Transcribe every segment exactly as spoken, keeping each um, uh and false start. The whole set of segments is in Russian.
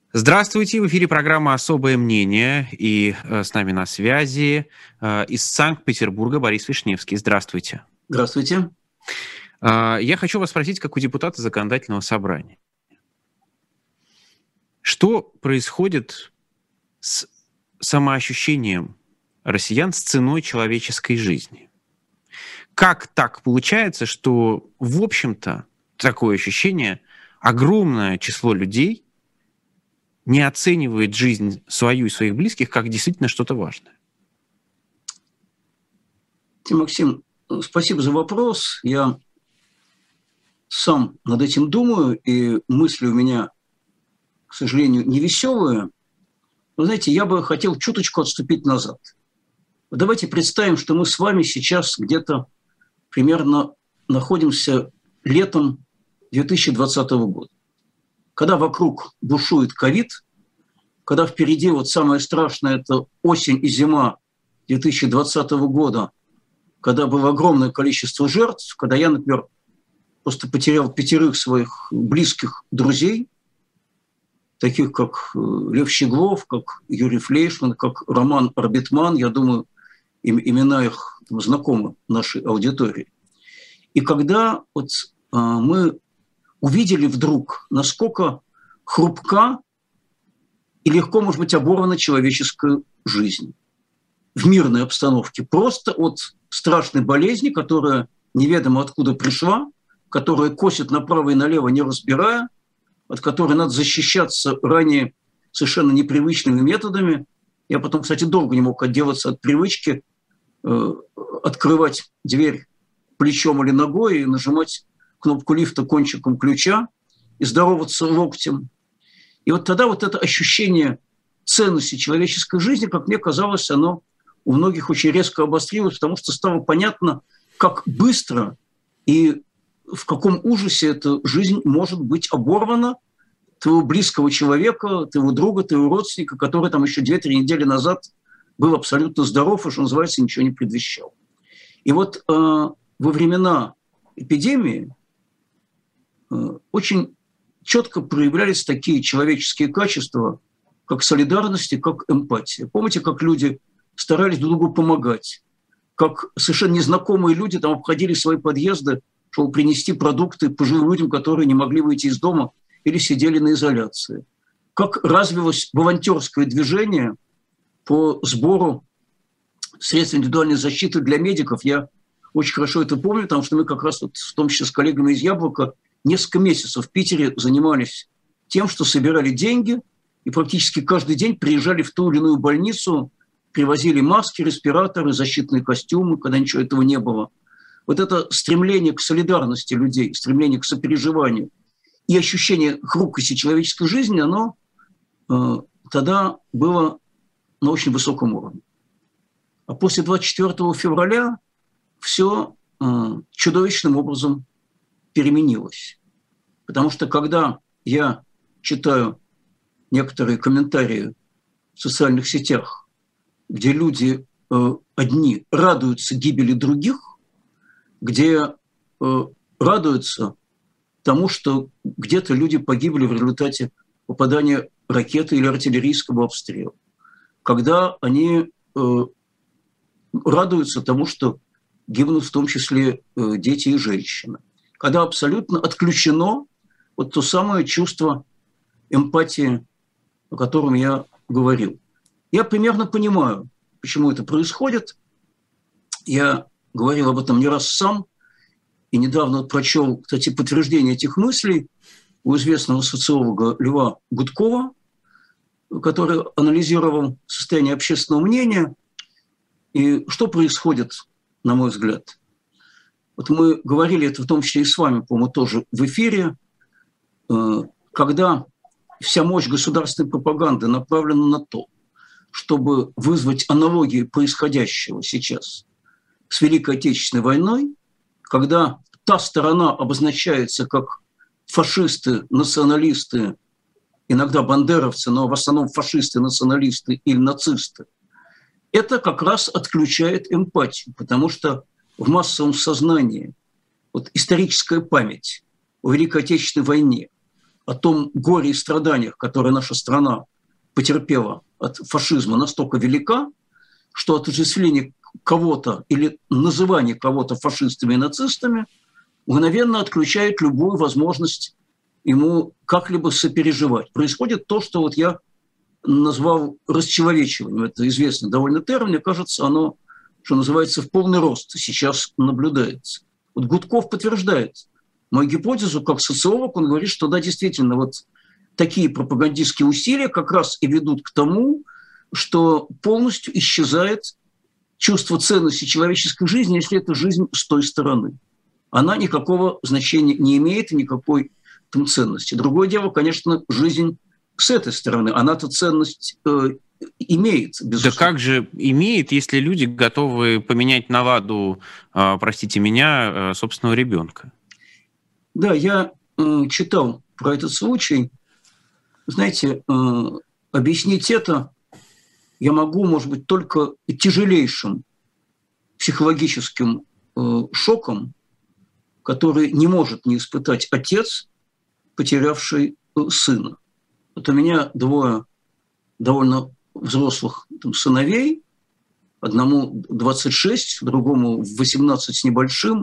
Здравствуйте, в эфире программа «Особое мнение», и э, с нами на связи э, из Санкт-Петербурга Борис Вишневский. Здравствуйте. Здравствуйте. А, Я хочу вас спросить, как у депутата Законодательного собрания. Что происходит с самоощущением россиян с ценой человеческой жизни? Как так получается, что, в общем-то, такое ощущение, огромное число людей не оценивает жизнь свою и своих близких как действительно что-то важное? Максим, спасибо за вопрос. Я сам над этим думаю, и мысли у меня, к сожалению, невеселые. Но, знаете, я бы хотел чуточку отступить назад. Давайте представим, что мы с вами сейчас где-то примерно находимся летом две тысячи двадцатого года, когда вокруг бушует ковид, когда впереди вот самое страшное – это осень и зима две тысячи двадцатого года, когда было огромное количество жертв, когда я, например, просто потерял пятерых своих близких друзей, таких как Лев Щеглов, как Юрий Флейшман, как Роман Арбитман, я думаю, имена их знакомы нашей аудитории. И когда вот а, мы увидели вдруг, насколько хрупка и легко, может быть, оборвана человеческая жизнь в мирной обстановке, просто от страшной болезни, которая неведомо откуда пришла, которая косит направо и налево, не разбирая, от которой надо защищаться ранее совершенно непривычными методами. Я потом, кстати, долго не мог отделаться от привычки э, открывать дверь плечом или ногой и нажимать кнопку лифта кончиком ключа и здороваться локтем. И вот тогда вот это ощущение ценности человеческой жизни, как мне казалось, оно у многих очень резко обострилось, потому что стало понятно, как быстро и в каком ужасе эта жизнь может быть оборвана твоего близкого человека, твоего друга, твоего родственника, который там еще две-три недели назад был абсолютно здоров и, что называется, ничего не предвещал. И вот э, во времена эпидемии э, очень четко проявлялись такие человеческие качества, как солидарность и как эмпатия. Помните, как люди старались друг другу помогать, как совершенно незнакомые люди там обходили свои подъезды, чтобы принести продукты пожилым людям, которые не могли выйти из дома или сидели на изоляции. Как развилось волонтерское движение по сбору средств индивидуальной защиты для медиков. Я очень хорошо это помню, потому что мы как раз, вот, в том числе с коллегами из «Яблока», несколько месяцев в Питере занимались тем, что собирали деньги и практически каждый день приезжали в ту или иную больницу, привозили маски, респираторы, защитные костюмы, когда ничего этого не было. Вот это стремление к солидарности людей, стремление к сопереживанию и ощущение хрупкости человеческой жизни, оно э, тогда было на очень высоком уровне. А после двадцать четвёртого февраля все э, чудовищным образом переменилось. Потому что когда я читаю некоторые комментарии в социальных сетях, где люди э, одни радуются гибели других, где э, радуются тому, что где-то люди погибли в результате попадания ракеты или артиллерийского обстрела, когда они э, радуются тому, что гибнут в том числе э, дети и женщины, когда абсолютно отключено вот то самое чувство эмпатии, о котором я говорил. Я примерно понимаю, почему это происходит. Я говорил об этом не раз сам, и недавно прочел, кстати, подтверждение этих мыслей у известного социолога Льва Гудкова, который анализировал состояние общественного мнения. И что происходит, на мой взгляд? Вот мы говорили это в том числе и с вами, по-моему, тоже в эфире, когда вся мощь государственной пропаганды направлена на то, чтобы вызвать аналогии происходящего сейчас с Великой Отечественной войной, когда та сторона обозначается как фашисты, националисты, иногда бандеровцы, но в основном фашисты, националисты или нацисты, это как раз отключает эмпатию, потому что в массовом сознании вот историческая память о Великой Отечественной войне, о том горе и страданиях, которые наша страна потерпела от фашизма, настолько велика, что отождествление кого-то или называние кого-то фашистами и нацистами мгновенно отключает любую возможность ему как-либо сопереживать. Происходит то, что вот я назвал расчеловечиванием. Это известный довольно термин. Мне кажется, оно, что называется, в полный рост сейчас наблюдается. Вот Гудков подтверждает мою гипотезу, как социолог, он говорит, что да, действительно, вот такие пропагандистские усилия как раз и ведут к тому, что полностью исчезает чувство ценности человеческой жизни, если это жизнь с той стороны. Она никакого значения не имеет и никакой там ценности. Другое дело, конечно, жизнь с этой стороны. Она-то ценность э, имеет, безусловно. Да как же имеет, если люди готовы поменять на ладу, э, простите меня, э, собственного ребенка? Да, я э, читал про этот случай. Знаете, э, объяснить это я могу, может быть, только тяжелейшим психологическим э, шоком, который не может не испытать отец, потерявший э, сына. Вот у меня двое довольно взрослых там, сыновей, одному двадцать шесть, другому восемнадцать с небольшим.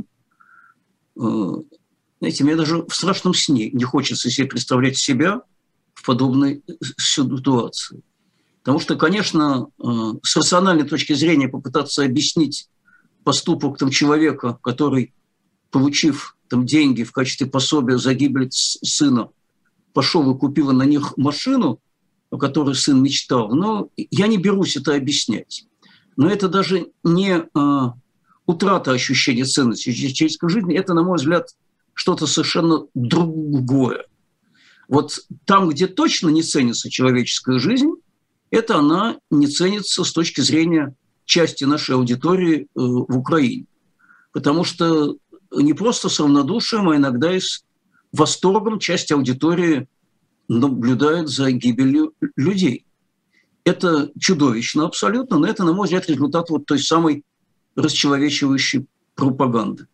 Э, знаете, мне даже в страшном сне не хочется себе представлять себя в подобной ситуации. Потому что, конечно, с рациональной точки зрения попытаться объяснить поступок там, человека, который, получив там, деньги в качестве пособия за гибель сына, пошел и купил на них машину, о которой сын мечтал, но я не берусь это объяснять. Но это даже не а, утрата ощущения ценности человеческой жизни, это, на мой взгляд, что-то совершенно другое. Вот там, где точно не ценится человеческая жизнь, это она не ценится с точки зрения части нашей аудитории э, в Украине. Потому что не просто с равнодушием, а иногда и с восторгом часть аудитории наблюдает за гибелью людей. Это чудовищно абсолютно, но это, на мой взгляд, результат вот той самой расчеловечивающей пропаганды.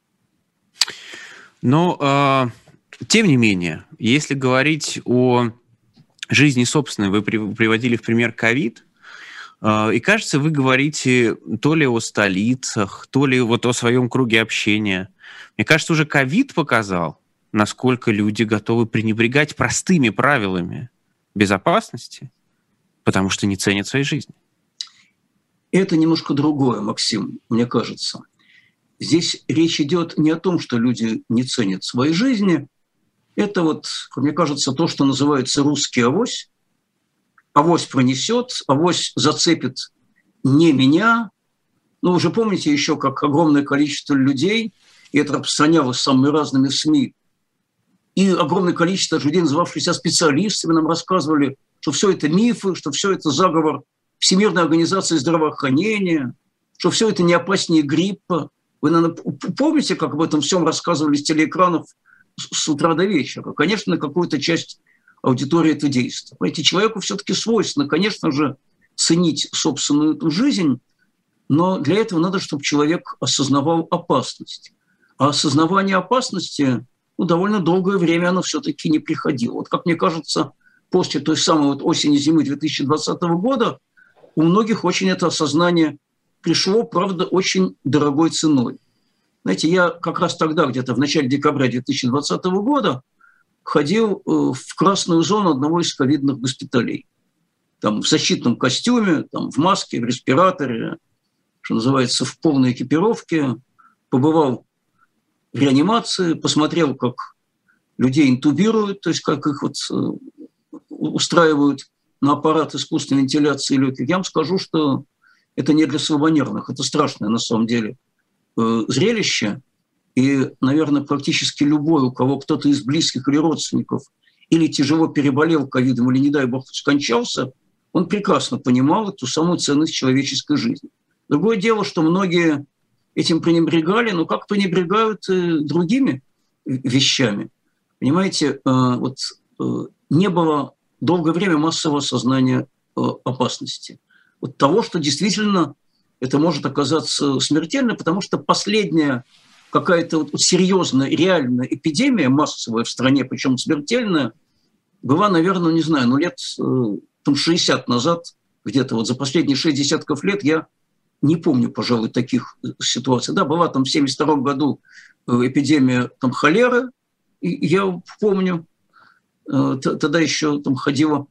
Но, э, тем не менее, если говорить о жизни собственной, вы приводили в пример ковид, э, и, кажется, вы говорите то ли о столицах, то ли вот о своем круге общения. Мне кажется, уже ковид показал, насколько люди готовы пренебрегать простыми правилами безопасности, потому что не ценят своей жизни. Это немножко другое, Максим, мне кажется. Здесь речь идет не о том, что люди не ценят своей жизни. Это вот, мне кажется, то, что называется русский авось. Авось пронесет, авось зацепит не меня. Ну, вы же помните еще, как огромное количество людей, и это распространялось самыми разными СМИ, и огромное количество людей, называвшихся специалистами, нам рассказывали, что все это мифы, что все это заговор Всемирной организации здравоохранения, что все это не опаснее гриппа. Вы, наверное, помните, как об этом всем рассказывали с телеэкранов с утра до вечера? Конечно, на какую-то часть аудитории это действует. Понимаете, человеку все-таки свойственно, конечно же, ценить собственную эту жизнь, но для этого надо, чтобы человек осознавал опасность. А осознавание опасности, ну, довольно долгое время оно все-таки не приходило. Вот, как мне кажется, после той самой вот осени-зимы две тысячи двадцатого года у многих очень это осознание пришло, правда, очень дорогой ценой. Знаете, я как раз тогда, где-то в начале декабря две тысячи двадцатого года, ходил в красную зону одного из ковидных госпиталей. Там в защитном костюме, там, в маске, в респираторе, что называется, в полной экипировке. Побывал в реанимации, посмотрел, как людей интубируют, то есть как их вот устраивают на аппарат искусственной вентиляции легких. Я вам скажу, что это не для слабонервных, это страшное на самом деле э, зрелище. И, наверное, практически любой, у кого кто-то из близких или родственников или тяжело переболел ковидом, или, не дай бог, скончался, он прекрасно понимал эту самую ценность человеческой жизни. Другое дело, что многие этим пренебрегали, но как пренебрегают э, другими вещами. Понимаете, э, вот э, не было долгое время массового осознания э, опасности. Вот того, что действительно это может оказаться смертельно, потому что последняя какая-то вот серьезная, реальная эпидемия массовая в стране, причем смертельная, была, наверное, не знаю, ну лет там, шестьдесят назад, где-то вот за последние шесть десятков лет я не помню, пожалуй, таких ситуаций. Да, была там в семьдесят втором году эпидемия там, холеры, и я помню, тогда еще там ходило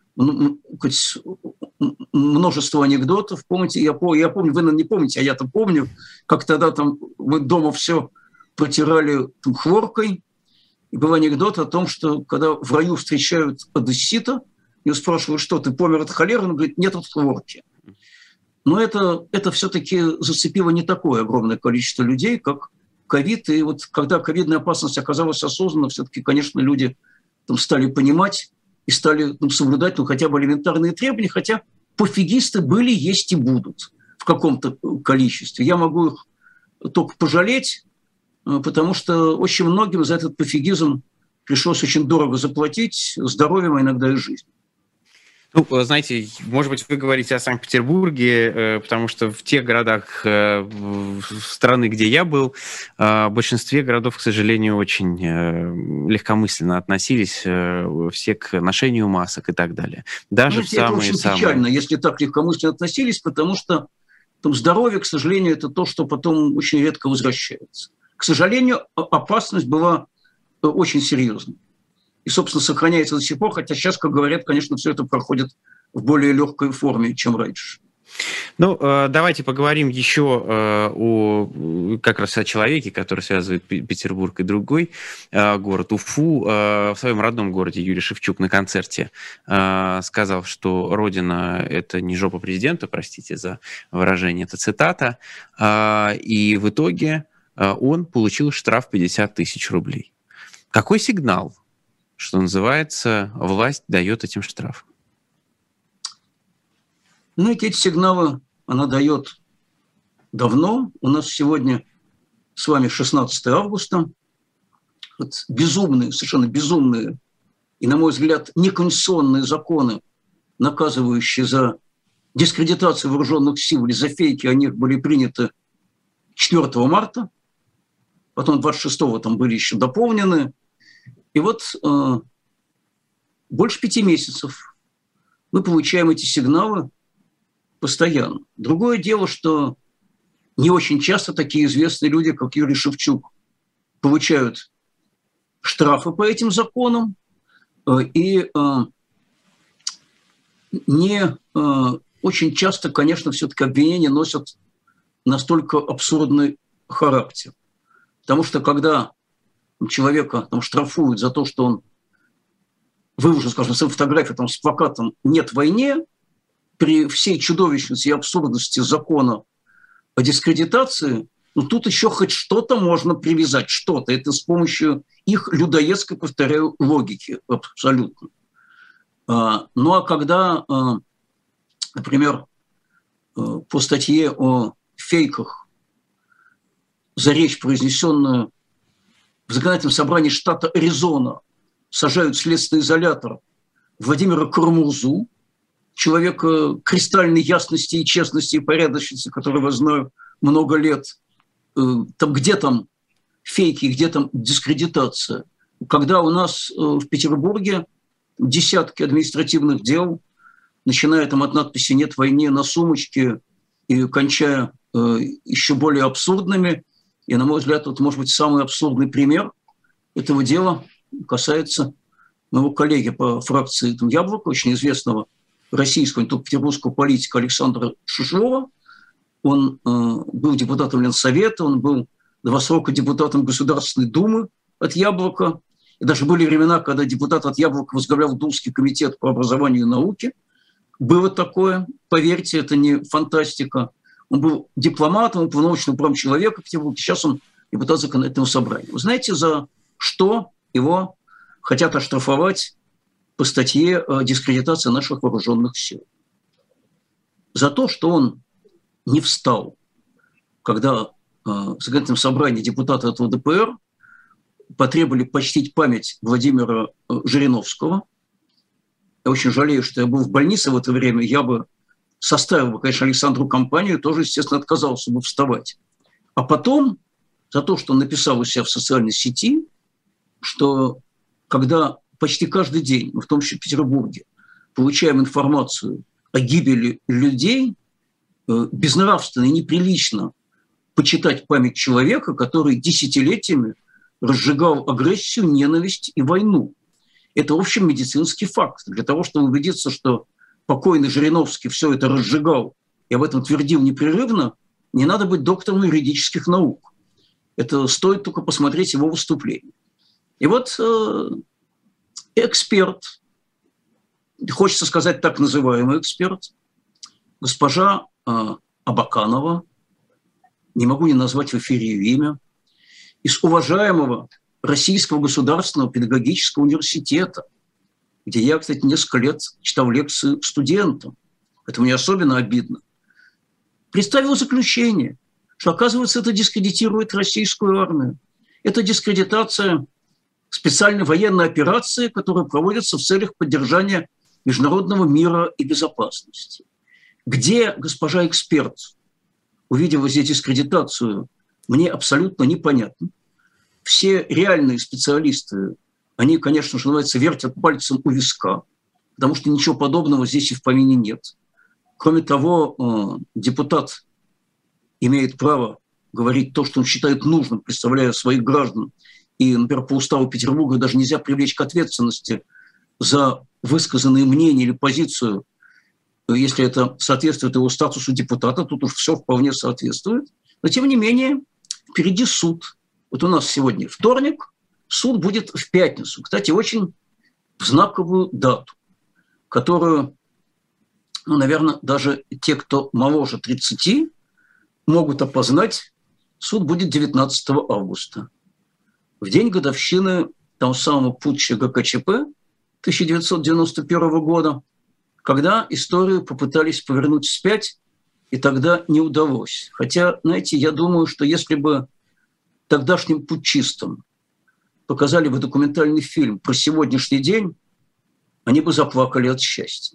множество анекдотов. Помните, я, я помню, вы, наверное, не помните, а я-то помню, как тогда там мы дома все протирали там, хлоркой. И был анекдот о том, что когда в раю встречают одессита, его спрашивают, что ты помер от холеры, он говорит, нет от хлорки. Но это, это все-таки зацепило не такое огромное количество людей, как ковид. И вот когда ковидная опасность оказалась осознанна, все-таки, конечно, люди там, стали понимать и стали ну, соблюдать ну, хотя бы элементарные требования, хотя пофигисты были, есть и будут в каком-то количестве. Я могу их только пожалеть, потому что очень многим за этот пофигизм пришлось очень дорого заплатить здоровьем, а иногда и жизнью. Ну, знаете, может быть, вы говорите о Санкт-Петербурге, потому что в тех городах страны, где я был, в большинстве городов, к сожалению, очень легкомысленно относились все к ношению масок и так далее. Даже Знаете, в самые, это очень самые... печально, если так легкомысленно относились, потому что там, здоровье, к сожалению, это то, что потом очень редко возвращается. К сожалению, опасность была очень серьезной. И, собственно, сохраняется до сих пор, хотя сейчас, как говорят, конечно, все это проходит в более легкой форме, чем раньше. Ну, давайте поговорим еще о, как раз о человеке, который связывает Петербург и другой город, Уфу. В своем родном городе Юрий Шевчук на концерте сказал, что родина – это не жопа президента, простите за выражение, это цитата. И в итоге он получил штраф пятьдесят тысяч рублей. Какой сигнал, что называется, власть дает этим штраф? Ну, эти сигналы она дает давно. У нас сегодня с вами шестнадцатое августа. Вот безумные, совершенно безумные и, на мой взгляд, неконституционные законы, наказывающие за дискредитацию вооруженных сил или за фейки, о них были приняты четвёртого марта. Потом двадцать шестого там были еще дополнены. И вот э, больше пяти месяцев мы получаем эти сигналы постоянно. Другое дело, что не очень часто такие известные люди, как Юрий Шевчук, получают штрафы по этим законам э, и э, не э, очень часто, конечно, все-таки обвинения носят настолько абсурдный характер. Потому что когда человека там, штрафуют за то, что он выложил, скажем, свою фотографию там, с плакатом «Нет войне», при всей чудовищности и абсурдности закона о дискредитации, ну, тут еще хоть что-то можно привязать, что-то. Это с помощью их людоедской, повторяю, логики абсолютно. А, ну а когда, а, например, по статье о фейках за речь, произнесенную в законодательном собрании штата Аризона, сажают в следственный изолятор Владимира Карамурзу, человека кристальной ясности и честности и порядочности, которого я знаю много лет, там, где там фейки, где там дискредитация. Когда у нас в Петербурге десятки административных дел, начиная там от надписи «Нет войне» на сумочке и кончая еще более абсурдными, и, на мой взгляд, это может быть самый абсурдный пример этого дела касается моего коллеги по фракции там, «Яблоко», очень известного российского, не только петербургского политика Александра Шишова. Он э, был депутатом Ленсовета, он был два срока депутатом Государственной Думы от «Яблока». И даже были времена, когда депутат от «Яблока» возглавлял Думский комитет по образованию и науке. Было такое, поверьте, это не фантастика. Он был дипломатом, уполномоченным правом человека в Петербурге. Сейчас он депутат законодательного собрания. Вы знаете, за что его хотят оштрафовать по статье «Дискредитация наших вооруженных сил»? За то, что он не встал, когда в законодательном собрании депутаты этого дэ пэ эр потребовали почтить память Владимира Жириновского. Я очень жалею, что я был в больнице в это время. Я бы составил бы, конечно, Александру компанию, тоже, естественно, отказался бы вставать. А потом за то, что он написал у себя в социальной сети, что когда почти каждый день, в том числе в Петербурге, получаем информацию о гибели людей, безнравственно и неприлично почитать память человека, который десятилетиями разжигал агрессию, ненависть и войну. Это, в общем, медицинский факт. Для того, чтобы убедиться, что покойный Жириновский все это разжигал и об этом твердил непрерывно, не надо быть доктором юридических наук. Это стоит только посмотреть его выступление. И вот э, эксперт, хочется сказать так называемый эксперт, госпожа э, Абаканова, не могу не назвать в эфире ее имя, из уважаемого Российского государственного педагогического университета, где я, кстати, несколько лет читал лекции студентам. Это мне особенно обидно. Представил заключение, что, оказывается, это дискредитирует российскую армию. Это дискредитация специальной военной операции, которая проводится в целях поддержания международного мира и безопасности. Где госпожа эксперт увидела здесь дискредитацию, мне абсолютно непонятно. Все реальные специалисты, они, конечно же, называется, вертят пальцем у виска, потому что ничего подобного здесь и в помине нет. Кроме того, депутат имеет право говорить то, что он считает нужным, представляя своих граждан. И, например, по уставу Петербурга даже нельзя привлечь к ответственности за высказанные мнения или позицию, если это соответствует его статусу депутата, тут уж все вполне соответствует. Но, тем не менее, впереди суд. Вот у нас сегодня вторник, суд будет в пятницу. Кстати, очень знаковую дату, которую, ну, наверное, даже те, кто моложе тридцати, могут опознать. Суд будет девятнадцатого августа. В день годовщины того самого путча ГКЧП тысяча девятьсот девяносто первого года, когда историю попытались повернуть вспять, и тогда не удалось. Хотя, знаете, я думаю, что если бы тогдашним путчистам показали бы документальный фильм про сегодняшний день, они бы заплакали от счастья.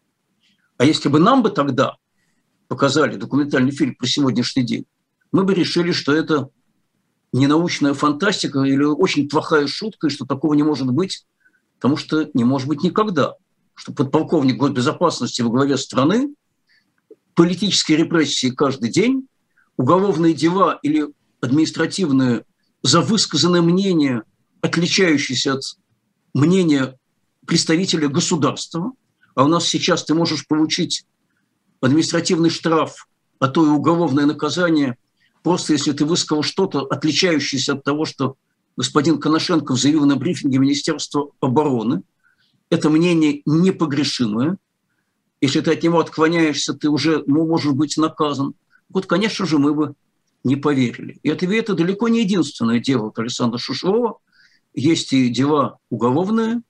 А если бы нам бы тогда показали документальный фильм про сегодняшний день, мы бы решили, что это не научная фантастика или очень плохая шутка, и что такого не может быть, потому что не может быть никогда, что подполковник госбезопасности во главе страны, политические репрессии каждый день, уголовные дела или административные за высказанное мнение, отличающееся от мнения представителя государства, а у нас сейчас ты можешь получить административный штраф, а то и уголовное наказание, просто если ты высказал что-то, отличающееся от того, что господин Коношенков заявил на брифинге Министерства обороны. Это мнение непогрешимое. Если ты от него отклоняешься, ты уже можешь быть наказан. Вот, конечно же, мы бы не поверили. И это, это далеко не единственное дело от Александра Шушрова. Есть и дела уголовные.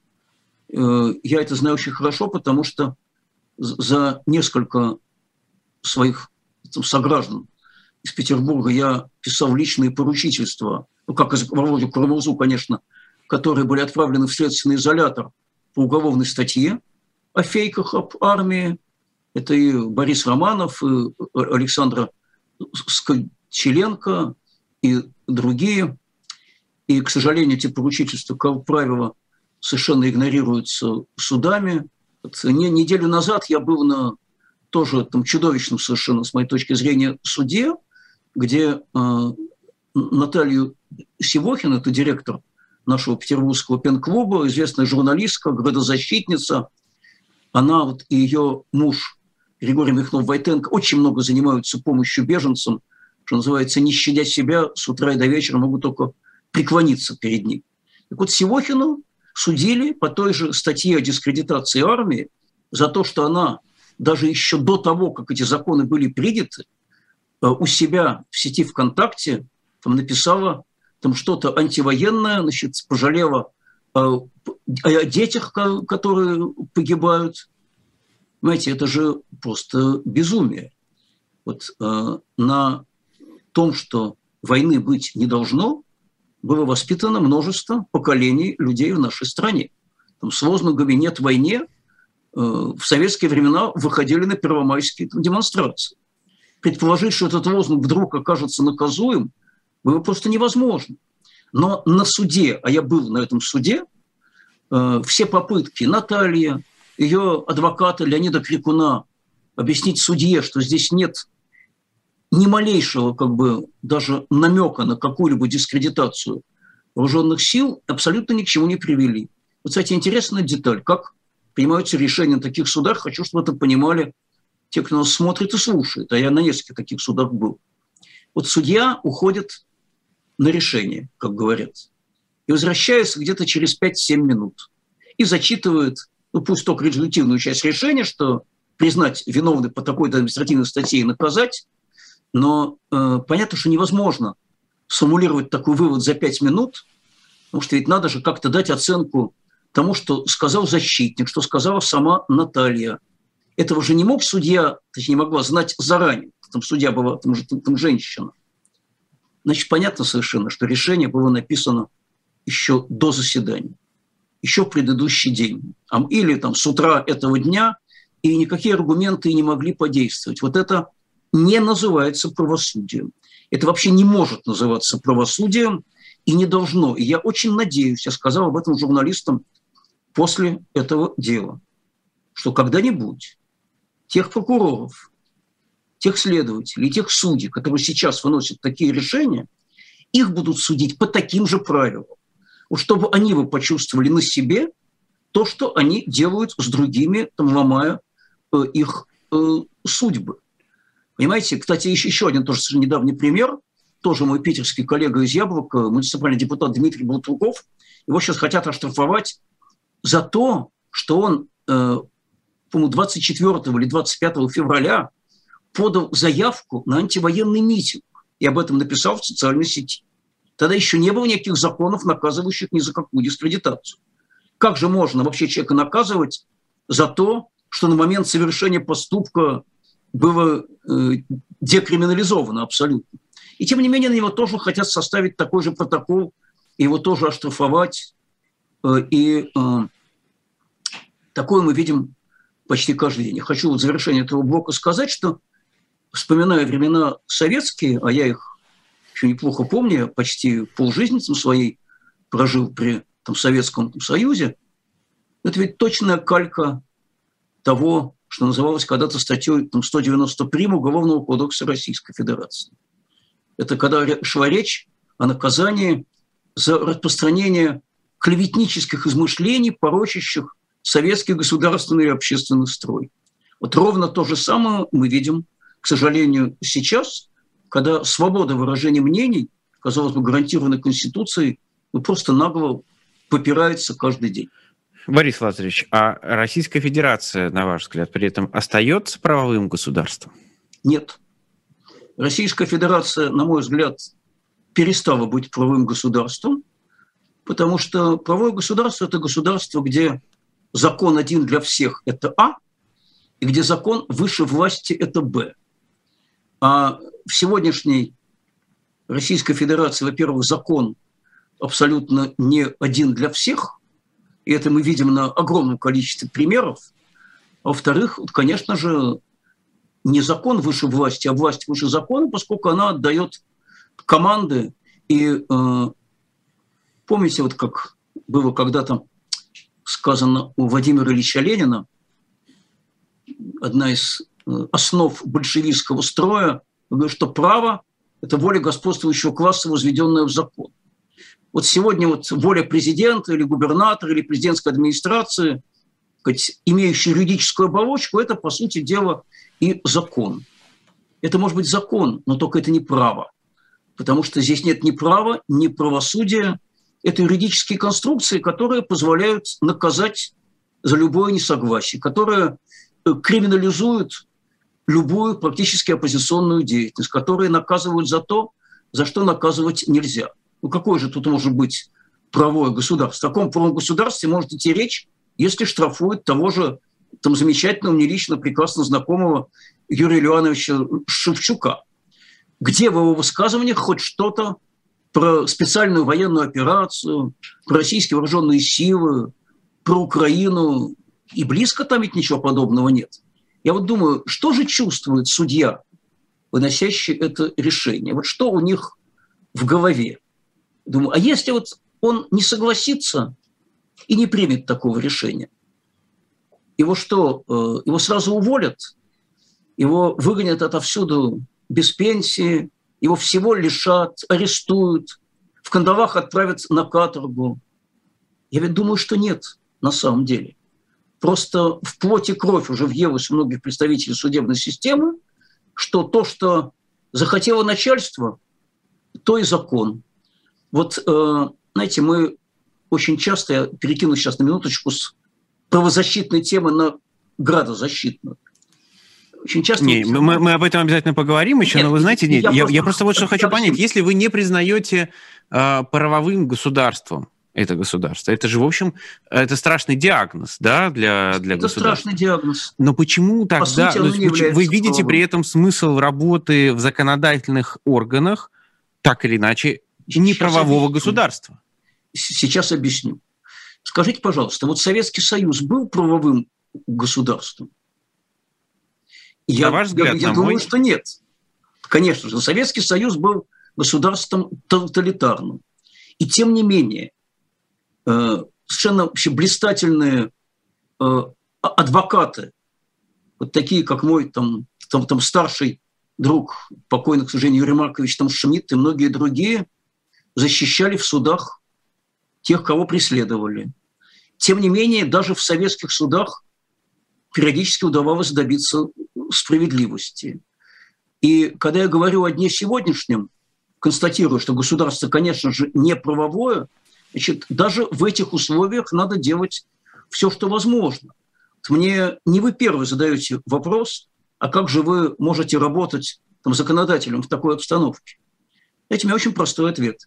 Я это знаю очень хорошо, потому что за несколько своих там, сограждан из Петербурга я писал личные поручительства, ну, как из Володю Карамурзу, конечно, которые были отправлены в следственный изолятор по уголовной статье о фейках об армии. Это и Борис Романов, и Александра Скочеленко, и другие. И, к сожалению, эти поручительства, как правило, совершенно игнорируются судами. Вот неделю назад я был на тоже там, чудовищном совершенно, с моей точки зрения, суде, где э, Наталью Сивохин, это директор нашего петербургского пен-клуба, известная журналистка, градозащитница, она вот, и ее муж Григорий Михнов-Войтенко очень много занимаются помощью беженцам, что называется, не щадя себя, с утра и до вечера могут только преклониться перед ним. Так вот, Сивохину судили по той же статье о дискредитации армии за то, что она даже еще до того, как эти законы были приняты, у себя в сети ВКонтакте там написала там что-то антивоенное, значит, пожалела о, о детях, которые погибают. Понимаете, это же просто безумие. Вот э, на том, что войны быть не должно, было воспитано множество поколений людей в нашей стране. Там с лозунгами «нет войне» в советские времена выходили на первомайские демонстрации. Предположить, что этот лозунг вдруг окажется наказуем, было просто невозможно. Но на суде, а я был на этом суде, э, все попытки Натальи, ее адвоката Леонида Крикуна объяснить судье, что здесь нет ни малейшего как бы даже намека на какую-либо дискредитацию вооруженных сил, абсолютно ни к чему не привели. Вот, кстати, интересная деталь, как принимаются решения на таких судах. Хочу, чтобы это понимали те, кто нас смотрит и слушает. А я на нескольких таких судах был. Вот судья уходит на решение, как говорят, и возвращается где-то через пять-семь минут и зачитывает, ну пусть только резолютивную часть решения, что признать виновным по такой-то административной статье и наказать, но э, понятно, что невозможно сформулировать такой вывод за пять минут, потому что ведь надо же как-то дать оценку тому, что сказал защитник, что сказала сама Наталья. Этого же не мог судья, точнее, не могла знать заранее. Там судья была, там же там женщина. Значит, понятно совершенно, что решение было написано еще до заседания, еще в предыдущий день. Или там с утра этого дня, и никакие аргументы не могли подействовать. Вот это не называется правосудием. Это вообще не может называться правосудием и не должно. И я очень надеюсь, я сказал об этом журналистам после этого дела, что когда-нибудь тех прокуроров, тех следователей, тех судей, которые сейчас выносят такие решения, их будут судить по таким же правилам. Вот чтобы они бы почувствовали на себе то, что они делают с другими, там, ломая э, их э, судьбы. Понимаете? Кстати, еще, еще один тоже совершенно недавний пример. Тоже мой питерский коллега из «Яблока», муниципальный депутат Дмитрий Болтуков. Его сейчас хотят оштрафовать за то, что он, э, по-моему, двадцать четвёртого или двадцать пятого февраля подал заявку на антивоенный митинг. И об этом написал в социальной сети. Тогда еще не было никаких законов, наказывающих ни за какую дискредитацию. Как же можно вообще человека наказывать за то, что на момент совершения поступка было э, декриминализовано абсолютно? И тем не менее на него тоже хотят составить такой же протокол, его тоже оштрафовать. Э, и э, такое мы видим почти каждый день. Я хочу вот в завершение этого блока сказать, что, вспоминая времена советские, а я их еще неплохо помню, я почти полжизни там своей прожил при там, Советском Союзе, это ведь точная калька того, что называлось когда-то статьей там, сто девяносто прим. Уголовного кодекса Российской Федерации. Это когда шла речь о наказании за распространение клеветнических измышлений, порочащих советский государственный и общественный строй. Вот ровно то же самое мы видим, к сожалению, сейчас, когда свобода выражения мнений, казалось бы, гарантированной Конституцией, ну, просто нагло попирается каждый день. Борис Лазаревич, а Российская Федерация, на ваш взгляд, при этом остается правовым государством? Нет. Российская Федерация, на мой взгляд, перестала быть правовым государством, потому что правовое государство – это государство, где закон один для всех – это А, и где закон выше власти – это Б. А в сегодняшней Российской Федерации, во-первых, закон абсолютно не один для всех, и это мы видим на огромном количестве примеров. А во-вторых, конечно же, не закон выше власти, а власть выше закона, поскольку она отдает команды. И э, помните, вот как было когда-то сказано у Владимира Ильича Ленина, одна из основ большевистского строя, что право – это воля господствующего класса, возведенная в закон. Вот сегодня вот воля президента или губернатора или президентской администрации, имеющая юридическую оболочку, это, по сути дела, и закон. Это может быть закон, но только это не право. Потому что здесь нет ни права, ни правосудия. Это юридические конструкции, которые позволяют наказать за любое несогласие, которые криминализуют любую практически оппозиционную деятельность, которые наказывают за то, за что наказывать нельзя. Ну какое же тут может быть правовое государство? В таком правовом государстве может идти речь, если штрафуют того же там, замечательного, мне лично прекрасно знакомого Юрия Ильяновича Шевчука. Где в его высказываниях хоть что-то про специальную военную операцию, про российские вооруженные силы, про Украину? И близко там ведь ничего подобного нет. Я вот думаю, что же чувствует судья, выносящий это решение? Вот что у них в голове? Думаю, а если вот он не согласится и не примет такого решения. Его что, его сразу уволят? Его выгонят отовсюду без пенсии, его всего лишат, арестуют, в кандалах отправят на каторгу. Я ведь думаю, что нет на самом деле. Просто в плоть и кровь уже въелось у многих представителей судебной системы, что то, что захотело начальство, то и закон. Вот, знаете, мы очень часто, я перекину сейчас на минуточку с правозащитной темы на градозащитную. Очень часто... Не, вот... мы, мы об этом обязательно поговорим еще, нет, но вы знаете, нет, я, я, просто, я просто вот что хочу понять. Если вы не признаете э, правовым государством это государство, это же, в общем, это страшный диагноз, да, для, для это государства. Это страшный диагноз. Но почему тогда... По сути, ну, почему, вы видите правовым. При этом смысл работы в законодательных органах, так или иначе, неправового государства? Сейчас объясню. Скажите, пожалуйста, вот Советский Союз был правовым государством? Я, на ваш взгляд, я, я на думаю, мой... что нет. Конечно же, Советский Союз был государством тоталитарным. И тем не менее, э, совершенно вообще блистательные э, адвокаты, вот такие, как мой там, там, там старший друг, покойный, к сожалению, Юрий Маркович там, Шмидт и многие другие, защищали в судах тех, кого преследовали. Тем не менее, даже в советских судах периодически удавалось добиться справедливости. И когда я говорю о дне сегодняшнем, констатирую, что государство, конечно же, не правовое, значит, даже в этих условиях надо делать все, что возможно. Мне не вы первый задаете вопрос, а как же вы можете работать там, законодателем в такой обстановке? Знаете, у меня очень простой ответ.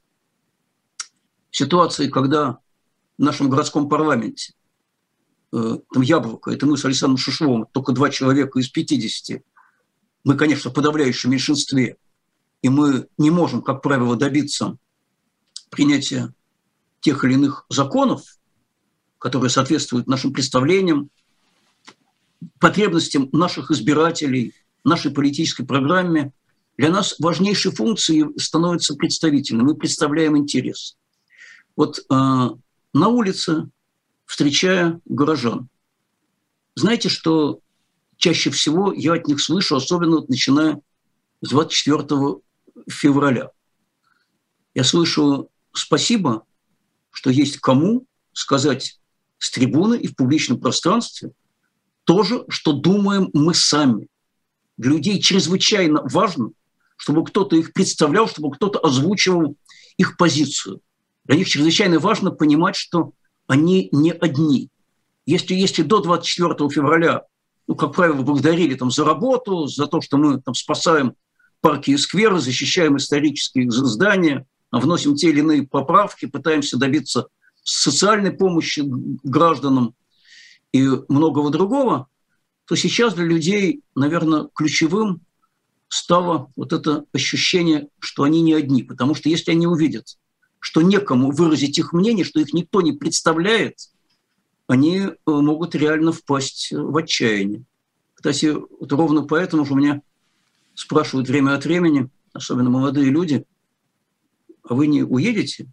В ситуации, когда в нашем городском парламенте там Яблоко, это мы с Александром Шишовым, только два человека из пятидесяти. Мы, конечно, в подавляющем меньшинстве, и мы не можем, как правило, добиться принятия тех или иных законов, которые соответствуют нашим представлениям, потребностям наших избирателей, нашей политической программе. Для нас важнейшей функцией становится представительным. Мы представляем интерес. Вот э, на улице, встречая горожан. Знаете, что чаще всего я от них слышу, особенно вот начиная с двадцать четвёртого февраля. Я слышу спасибо, что есть кому сказать с трибуны и в публичном пространстве то же, что думаем мы сами. Для людей чрезвычайно важно, чтобы кто-то их представлял, чтобы кто-то озвучивал их позицию. Для них чрезвычайно важно понимать, что они не одни. Если, если до двадцать четвёртого февраля, ну, как правило, благодарили там, за работу, за то, что мы там, спасаем парки и скверы, защищаем исторические здания, вносим те или иные поправки, пытаемся добиться социальной помощи гражданам и многого другого, то сейчас для людей, наверное, ключевым стало вот это ощущение, что они не одни. Потому что если они увидят, что некому выразить их мнение, что их никто не представляет, они могут реально впасть в отчаяние. Кстати, вот ровно поэтому же меня спрашивают время от времени, особенно молодые люди, а вы не уедете?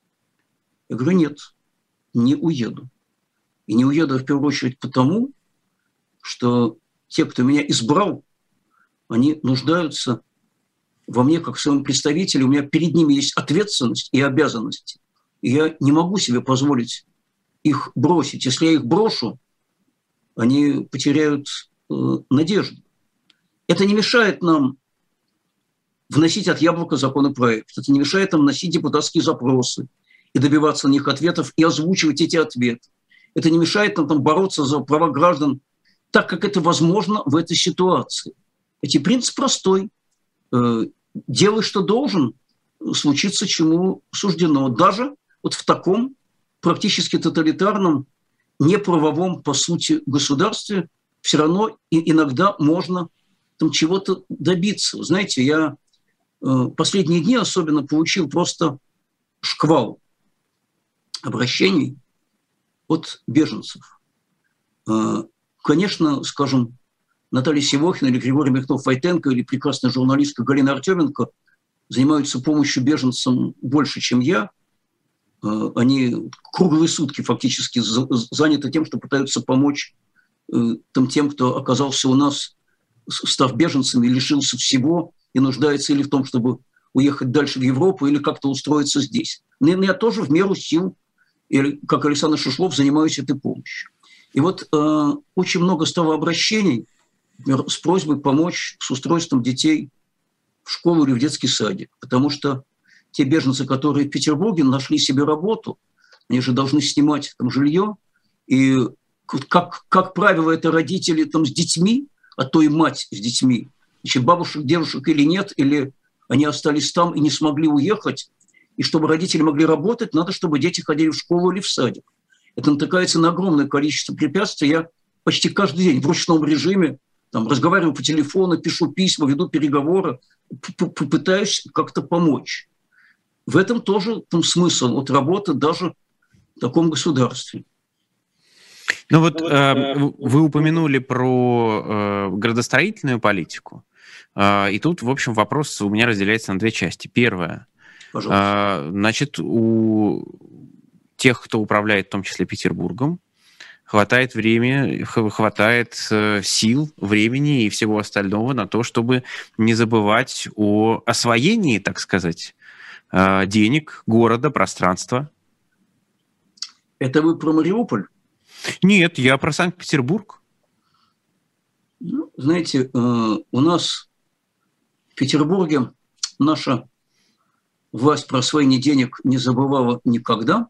Я говорю, нет, не уеду. И не уеду в первую очередь потому, что те, кто меня избрал, они нуждаются во мне как в своем представителе, у меня перед ними есть ответственность и обязанности. И я не могу себе позволить их бросить. Если я их брошу, они потеряют э, надежду. Это не мешает нам вносить от Яблока законопроект. Это не мешает нам вносить депутатские запросы и добиваться на них ответов и озвучивать эти ответы. Это не мешает нам там, бороться за права граждан так, как это возможно в этой ситуации. Ведь принцип простой. Делай, что должен, случится, чему суждено. Даже вот в таком практически тоталитарном, неправовом, по сути, государстве все равно и иногда можно там чего-то добиться. Знаете, я последние дни особенно получил просто шквал обращений от беженцев. Конечно, скажем, Наталья Севохина или Григорий Михнов-Войтенко или прекрасная журналистка Галина Артеменко занимаются помощью беженцам больше, чем я. они круглые сутки фактически заняты тем, что пытаются помочь там, тем, кто оказался у нас, став беженцами, лишился всего и нуждается или в том, чтобы уехать дальше в Европу, или как-то устроиться здесь. Но я тоже в меру сил, как Александр Шишлов, занимаюсь этой помощью. И вот э, очень много стало обращений, например, с просьбой помочь с устройством детей в школу или в детский садик, потому что те беженцы, которые в Петербурге нашли себе работу, они же должны снимать там жилье, и как, как правило, это родители там с детьми, а то и мать с детьми, значит, бабушек, дедушек или нет, или они остались там и не смогли уехать, и чтобы родители могли работать, надо, чтобы дети ходили в школу или в садик. Это натыкается на огромное количество препятствий. Я почти каждый день в ручном режиме там, разговариваю по телефону, пишу письма, веду переговоры, пытаюсь как-то помочь. В этом тоже там, смысл вот, работы даже в таком государстве. Ну вот э, вы упомянули про э, градостроительную политику, э, и тут, в общем, вопрос у меня разделяется на две части. Первое. Э, значит, у тех, кто управляет в том числе Петербургом, хватает времени, хватает э, сил, времени и всего остального на то, чтобы не забывать о освоении, так сказать, э, денег, города, пространства. Это вы про Мариуполь? Нет, я про Санкт-Петербург. Ну, знаете, э, у нас в Петербурге наша власть про освоение денег не забывала никогда.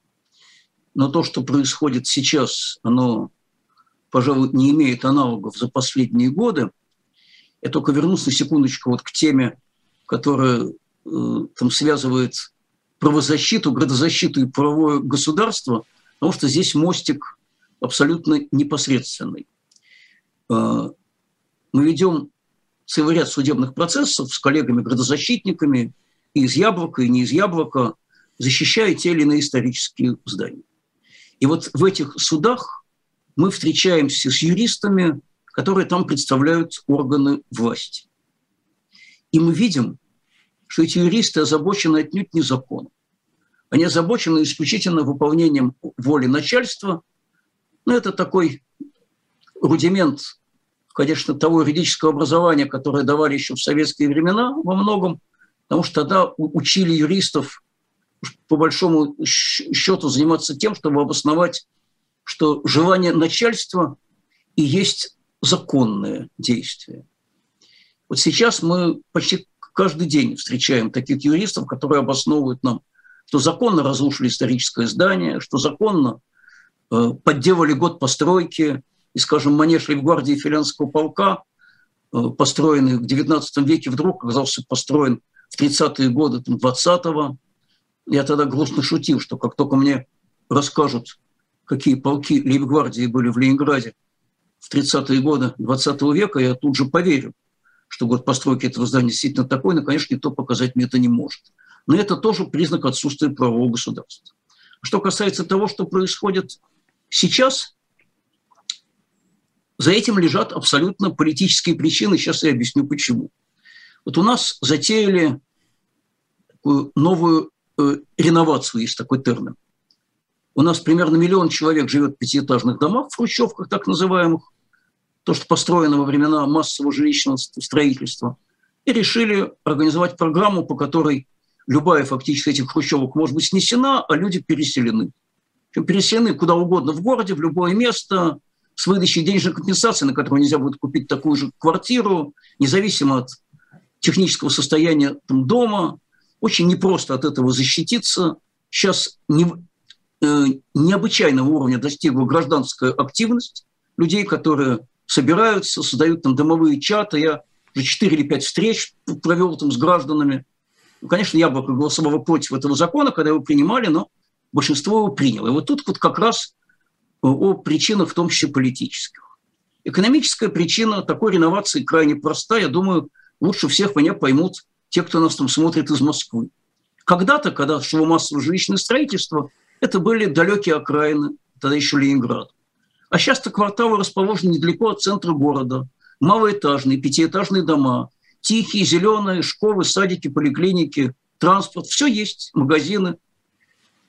Но то, что происходит сейчас, оно, пожалуй, не имеет аналогов за последние годы. Я только вернусь на секундочку вот к теме, которая э, там связывает правозащиту, градозащиту и правовое государство, потому что здесь мостик абсолютно непосредственный. Э, мы ведем целый ряд судебных процессов с коллегами-градозащитниками и из Яблока, и не из Яблока, защищая те или иные исторические здания. И вот в этих судах мы встречаемся с юристами, которые там представляют органы власти. И мы видим, что эти юристы озабочены отнюдь не законом. Они озабочены исключительно выполнением воли начальства. Но это такой рудимент, конечно, того юридического образования, которое давали еще в советские времена во многом, потому что тогда учили юристов по большому счету заниматься тем, чтобы обосновать, что желание начальства и есть законное действие. Вот сейчас мы почти каждый день встречаем таких юристов, которые обосновывают нам, что законно разрушили историческое здание, что законно э, подделали год постройки, и, скажем, манеж лейб-гвардии Финляндского полка, э, построенный в девятнадцатом веке, вдруг оказался построен в тридцатые годы двадцатого. Я тогда грустно шутил, что как только мне расскажут, какие полки лейб-гвардии были в Ленинграде в тридцатые годы двадцатого века, я тут же поверю, что год постройки этого здания действительно такой, но, конечно, никто показать мне это не может. Но это тоже признак отсутствия правового государства. Что касается того, что происходит сейчас, за этим лежат абсолютно политические причины. Сейчас я объясню, почему. Вот у нас затеяли такую новую э, реновацию, есть такой термин. У нас примерно миллион человек живет в пятиэтажных домах, в хрущевках так называемых, то, что построено во времена массового жилищного строительства, и решили организовать программу, по которой любая фактически этих хрущевок может быть снесена, а люди переселены. Причем переселены куда угодно в городе, в любое место, с выдачей денежной компенсации, на которую нельзя будет купить такую же квартиру, независимо от технического состояния там, дома. Очень непросто от этого защититься. Сейчас не, э, необычайного уровня достигла гражданская активность людей, которые собираются, создают там домовые чаты. Я уже четыре или пять встреч провел там с гражданами. Ну, конечно, Яблоко голосовало против этого закона, когда его принимали, но большинство его приняло. И вот тут вот как раз о причинах, в том числе политических. Экономическая причина такой реновации крайне проста. Я думаю, лучше всех меня поймут те, кто нас там смотрит из Москвы. Когда-то, когда шло массовое жилищное строительство, это были далекие окраины, тогда еще Ленинград. А сейчас-то кварталы расположены недалеко от центра города. Малоэтажные, пятиэтажные дома, тихие, зеленые, школы, садики, поликлиники, транспорт. Все есть, магазины.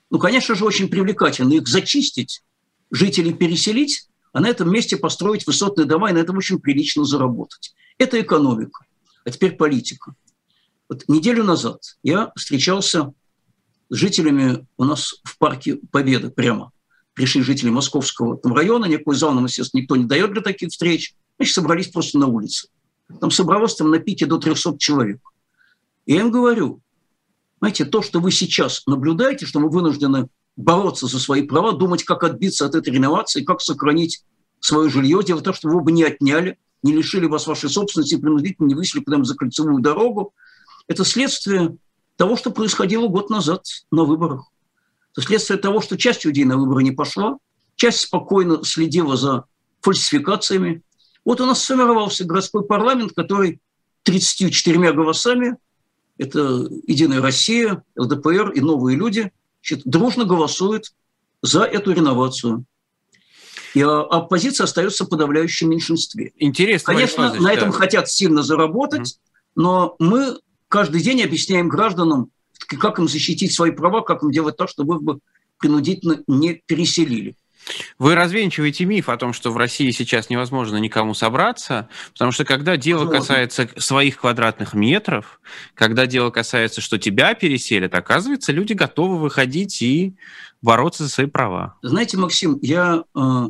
Ну, конечно же, очень привлекательно их зачистить, жителей переселить, а на этом месте построить высотные дома и на этом очень прилично заработать. Это экономика. А теперь политика. Вот неделю назад я встречался с жителями у нас в парке Победы прямо. Пришли жители Московского там района, никакой зал нам, естественно, никто не дает для таких встреч. Значит, собрались просто на улице. Там собралось там на пике до трехсот человек. И я им говорю, знаете, то, что вы сейчас наблюдаете, что мы вынуждены бороться за свои права, думать, как отбиться от этой реновации, как сохранить свое жилье, делать так, чтобы его бы не отняли, не лишили вас вашей собственности, принудительно не высели куда-нибудь за кольцевую дорогу. Это следствие того, что происходило год назад на выборах. Это следствие того, что часть людей на выборы не пошла, часть спокойно следила за фальсификациями. Вот у нас сформировался городской парламент, который тридцатью четырьмя голосами, это «Единая Россия», эл дэ пэ эр и «Новые люди», значит, дружно голосуют за эту реновацию. И оппозиция остается в подавляющем меньшинстве. Интересно. Конечно, на этом да. хотят сильно заработать, mm. но мы каждый день объясняем гражданам, как им защитить свои права, как им делать так, чтобы их бы принудительно не переселили. Вы развенчиваете миф о том, что в России сейчас невозможно никому собраться, потому что когда дело Возможно. касается своих квадратных метров, когда дело касается, что тебя переселят, оказывается, люди готовы выходить и бороться за свои права. Знаете, Максим, я э,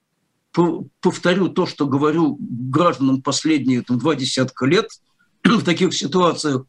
повторю то, что говорю гражданам последние там, два десятка лет. В таких ситуациях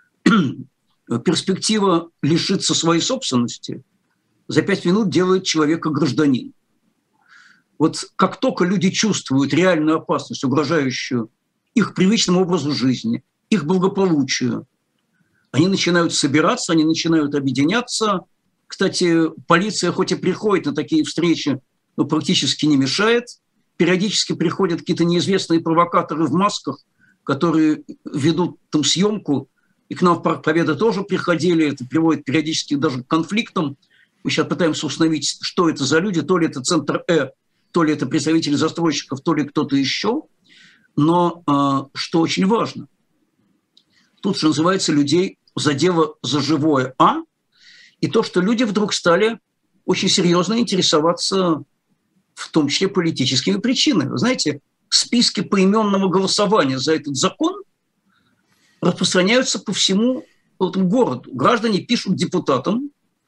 перспектива лишиться своей собственности за пять минут делает человека гражданин. Вот как только люди чувствуют реальную опасность, угрожающую их привычному образу жизни, их благополучию, они начинают собираться, они начинают объединяться. Кстати, полиция хоть и приходит на такие встречи, но практически не мешает. Периодически приходят какие-то неизвестные провокаторы в масках, которые ведут там съемку. И к нам в Парк Победы тоже приходили. Это приводит периодически даже к конфликтам. Мы сейчас пытаемся установить, что это за люди. То ли это центр Э, то ли это представители застройщиков, то ли кто-то еще. Но э, что очень важно, тут, что называется, людей задело за живое А, и то, что люди вдруг стали очень серьезно интересоваться, в том числе политическими причинами. Вы знаете, списки поименного голосования за этот закон распространяются по всему этому городу. Граждане пишут депутатам,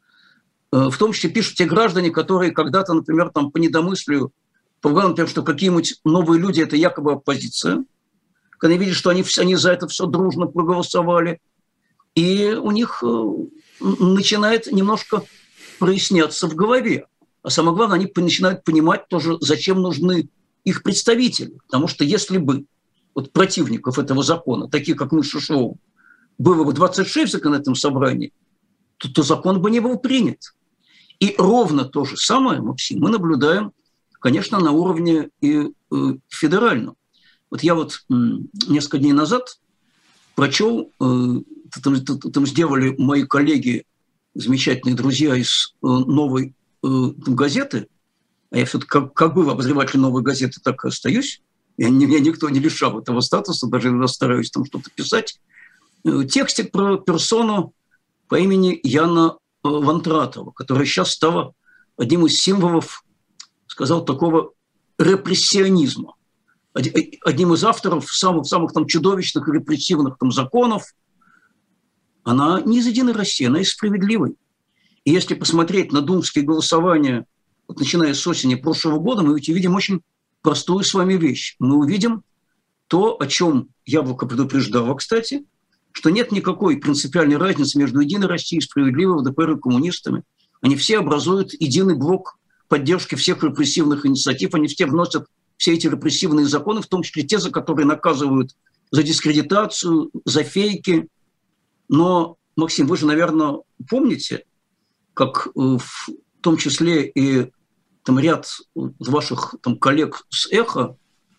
в том числе пишут те граждане, которые когда-то, например, там, по недомыслию полагали, например, что какие-нибудь новые люди – это якобы оппозиция, когда видят, что они, они за это все дружно проголосовали, и у них начинает немножко проясняться в голове. А самое главное, они начинают понимать тоже, зачем нужны их представители. Потому что если бы вот противников этого закона, таких как мы с Шишовым, было бы двадцать шесть в законодательном собрании, то, то закон бы не был принят. И ровно то же самое, Максим, мы наблюдаем, конечно, на уровне и э, федеральном. Вот я вот э, несколько дней назад прочел, э, там, там сделали мои коллеги, замечательные друзья из э, новой э, там, газеты, а я все-таки как, как был обозревателем новой газеты, так и остаюсь. Я, меня никто не лишал этого статуса, даже иногда стараюсь там что-то писать. Э, текстик про персону по имени Яна Вантратова, которая сейчас стала одним из символов, сказал, такого репрессионизма. Одним из авторов самых, самых там чудовищных репрессивных там законов. Она не из «Единой России», она из «Справедливой». И если посмотреть на думские голосования, вот начиная с осени прошлого года, мы ведь увидим очень простую с вами вещь. Мы увидим то, о чем Яблоко предупреждало, кстати, что нет никакой принципиальной разницы между «Единой Россией», «Справедливой», ЛДПР и коммунистами. Они все образуют единый блок поддержки всех репрессивных инициатив. Они все вносят все эти репрессивные законы, в том числе те, за которые наказывают за дискредитацию, за фейки. Но, Максим, вы же, наверное, помните, как в том числе и там, ряд ваших там, коллег с «Эхо»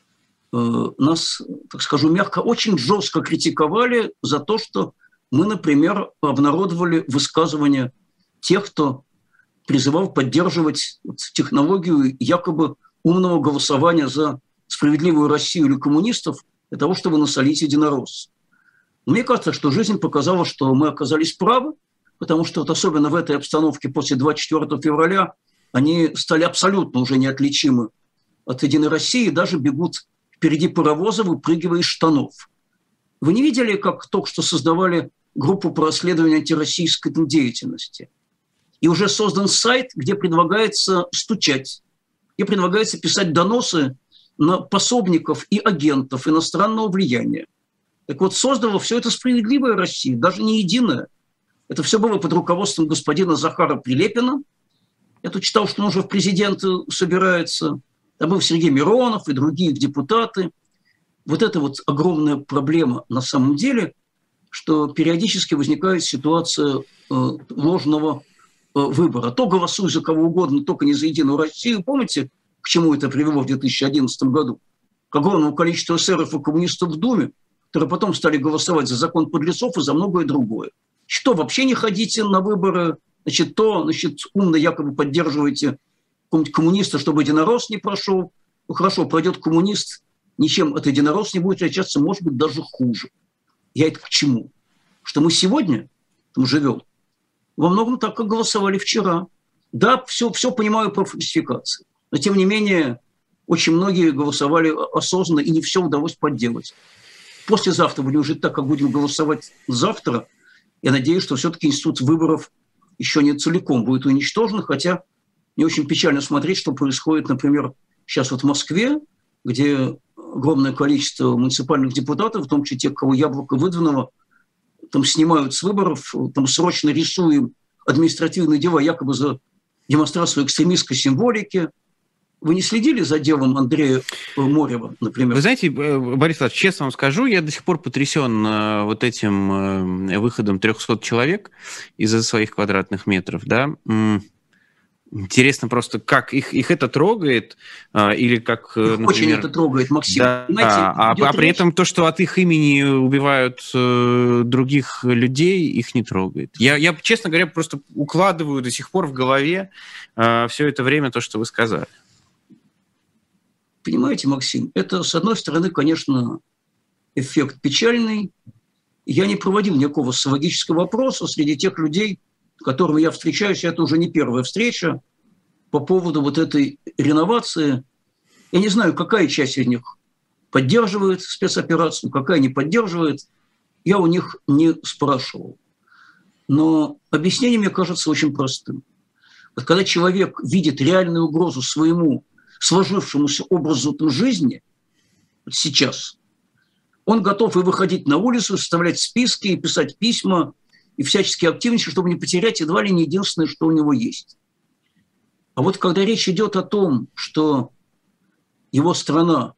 нас, так скажу мягко, очень жестко критиковали за то, что мы, например, обнародовали высказывания тех, кто призывал поддерживать технологию якобы умного голосования за «Справедливую Россию» или коммунистов для того, чтобы насолить единороссов. Мне кажется, что жизнь показала, что мы оказались правы, потому что вот особенно в этой обстановке после двадцать четвёртого февраля они стали абсолютно уже неотличимы от «Единой России», даже бегут впереди паровоза, выпрыгивая из штанов. Вы не видели, как только что создавали группу по расследованию антироссийской деятельности? И уже создан сайт, где предлагается стучать, где предлагается писать доносы на пособников и агентов иностранного влияния. Так вот, создала все это «Справедливая Россия», даже не «Единая». Это все было под руководством господина Захара Прилепина. Я тут читал, что он уже в президенты собирается. Там был Сергей Миронов и другие депутаты. Вот это вот огромная проблема на самом деле, что периодически возникает ситуация э, ложного э, выбора. То голосуй за кого угодно, только не за «Единую Россию». Помните, к чему это привело в две тысячи одиннадцатом году? К огромному количеству эсеров и коммунистов в Думе, которые потом стали голосовать за закон подлецов и за многое другое. Что, вообще не ходите на выборы? Значит, то, значит, умно якобы поддерживаете какого-нибудь коммуниста, чтобы единорос не прошел. Ну хорошо, пройдет коммунист, ничем от единорос не будет отличаться, может быть, даже хуже. Я это к чему? Что мы сегодня там живем во многом так, как голосовали вчера. Да, все, все понимаю про фальсификации, но тем не менее очень многие голосовали осознанно, и не все удалось подделать. Послезавтра будем жить так, как будем голосовать завтра. Я надеюсь, что все-таки институт выборов еще не целиком будет уничтожен, хотя мне очень печально смотреть, что происходит, например, сейчас вот в Москве, где огромное количество муниципальных депутатов, в том числе тех, кого яблоко выдвинуло, там снимают с выборов, там срочно рисуем административные дела якобы за демонстрацию экстремистской символики. Вы не следили за делом Андрея Морева, например? Вы знаете, Борис Владимирович, честно вам скажу, я до сих пор потрясен вот этим выходом трехсот человек из-за своих квадратных метров, да. Интересно просто, как их, их это трогает, или как, например... Очень это трогает, Максим. Да, а, а при этом то, что от их имени убивают э, других людей, их не трогает. Я, я, честно говоря, просто укладываю до сих пор в голове э, все это время то, что вы сказали. Понимаете, Максим, это, с одной стороны, конечно, эффект печальный. Я не проводил никакого социологического опроса среди тех людей, с которыми я встречаюсь. Это уже не первая встреча по поводу вот этой реновации. Я не знаю, какая часть из них поддерживает спецоперацию, какая не поддерживает. Я у них не спрашивал. Но объяснение, мне кажется, очень простым. Вот когда человек видит реальную угрозу своему сложившемуся образу жизни, вот сейчас, он готов и выходить на улицу, составлять списки, и писать письма, и всячески активничать, чтобы не потерять едва ли не единственное, что у него есть. А вот когда речь идет о том, что его страна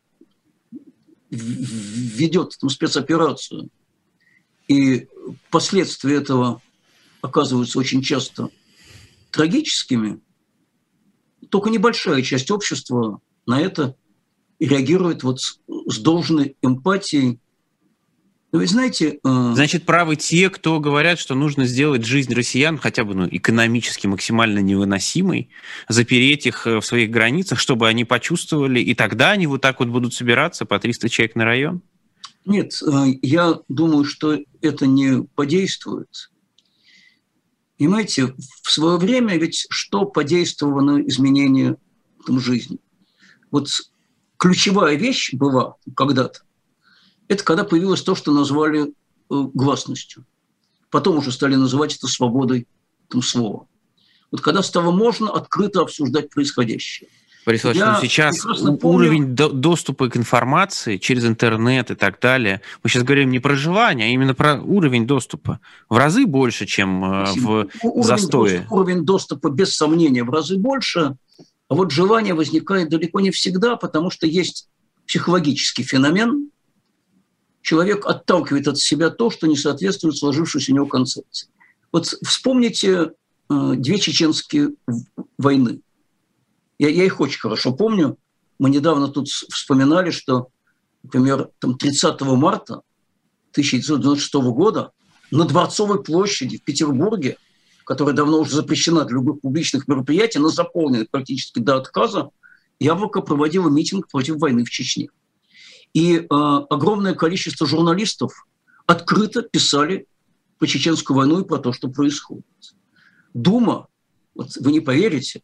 ведет там спецоперацию, и последствия этого оказываются очень часто трагическими, только небольшая часть общества на это реагирует вот с, с должной эмпатией. Но вы знаете... Э... Значит, правы те, кто говорят, что нужно сделать жизнь россиян хотя бы ну, экономически максимально невыносимой, запереть их в своих границах, чтобы они почувствовали, и тогда они вот так вот будут собираться по триста человек на район? Нет, э, я думаю, что это не подействует. Понимаете, в свое время ведь что подействовало на изменение там, жизни? Вот ключевая вещь была когда-то, это когда появилось то, что назвали э, гласностью. Потом уже стали называть это свободой там, слова. Вот когда стало можно открыто обсуждать происходящее. Борис Владимирович, ну сейчас уровень помню... доступа к информации через интернет и так далее, мы сейчас говорим не про желание, а именно про уровень доступа, в разы больше, чем в уровень застое. Доступа, уровень доступа, без сомнения, в разы больше, а вот желание возникает далеко не всегда, потому что есть психологический феномен. Человек отталкивает от себя то, что не соответствует сложившейся у него концепции. Вот вспомните э, две чеченские войны. Я, я их очень хорошо помню. Мы недавно тут вспоминали, что, например, там тридцатого марта тысяча девятьсот девяносто шестого года на Дворцовой площади в Петербурге, которая давно уже запрещена для любых публичных мероприятий, но заполнена практически до отказа, Яблоко проводило митинг против войны в Чечне. И э, огромное количество журналистов открыто писали про Чеченскую войну и про то, что происходит. Дума, вот вы не поверите,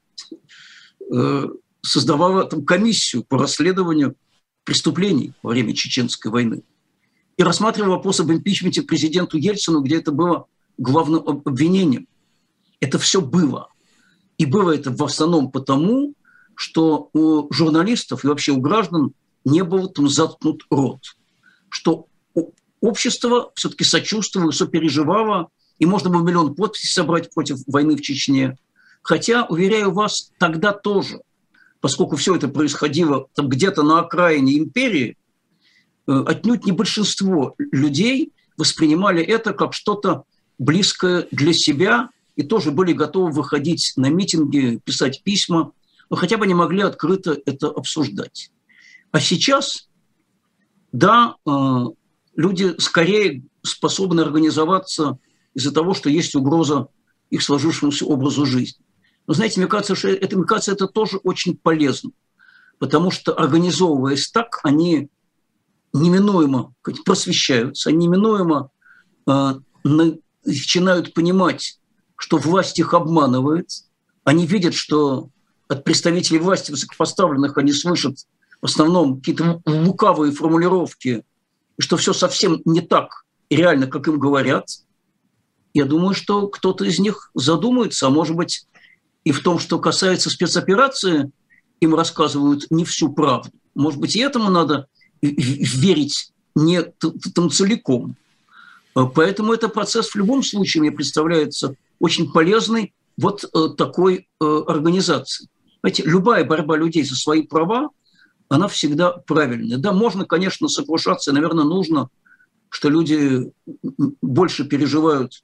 создавала там комиссию по расследованию преступлений во время Чеченской войны и рассматривала вопрос об импичменте к президенту Ельцину, где это было главным обвинением. Это все было. И было это в основном потому, что у журналистов и вообще у граждан не был там заткнут рот, что общество все-таки сочувствовало, сопереживало, и можно было миллион подписей собрать против войны в Чечне. Хотя, уверяю вас, тогда тоже, поскольку все это происходило там где-то на окраине империи, отнюдь не большинство людей воспринимали это как что-то близкое для себя и тоже были готовы выходить на митинги, писать письма, но хотя бы не могли открыто это обсуждать. А сейчас, да, люди скорее способны организоваться из-за того, что есть угроза их сложившемуся образу жизни. Но, знаете, мне кажется, что это, мне кажется, это тоже очень полезно, потому что, организовываясь так, они неминуемо просвещаются, они неминуемо э, начинают понимать, что власть их обманывает, они видят, что от представителей власти высокопоставленных они слышат в основном какие-то лукавые формулировки, и что все совсем не так реально, как им говорят. Я думаю, что кто-то из них задумается, а может быть и в том, что касается спецоперации, им рассказывают не всю правду. Может быть, и этому надо верить не там целиком. Поэтому этот процесс в любом случае мне представляется очень полезной вот такой организации. Знаете, любая борьба людей за свои права, она всегда правильная. Да, можно, конечно, сокрушаться, наверное, нужно, что люди больше переживают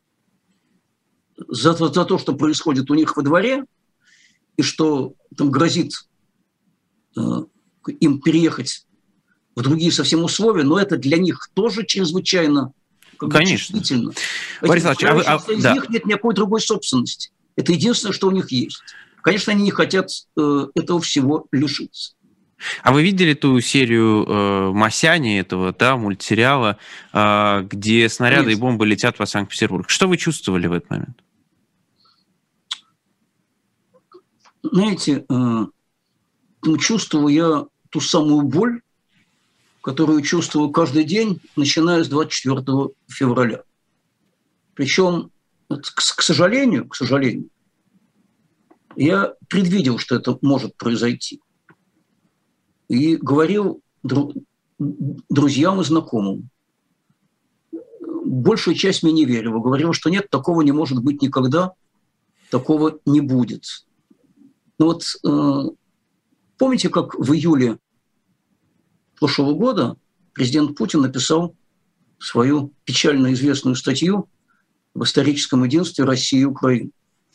за, за то, что происходит у них во дворе, и что там грозит э, им переехать в другие совсем условия, но это для них тоже чрезвычайно как бы, чувствительно. Борис Ильич, а вы, а, из да. них нет никакой другой собственности. Это единственное, что у них есть. Конечно, они не хотят э, этого всего лишиться. А вы видели ту серию э, «Масяни» этого, да, мультсериала, э, где снаряды Конечно. и бомбы летят по Санкт-Петербургу? Что вы чувствовали в этот момент? Знаете, э, чувствую я ту самую боль, которую чувствую каждый день, начиная с двадцать четвёртого февраля. Причем, к, к сожалению, к сожалению, я предвидел, что это может произойти. И говорил дру, друзьям и знакомым. Большая часть мне не верила. Говорила, что нет, такого не может быть никогда, такого не будет. Но вот э, помните, как в июле прошлого года президент Путин написал свою печально известную статью об историческом единстве России и Украины.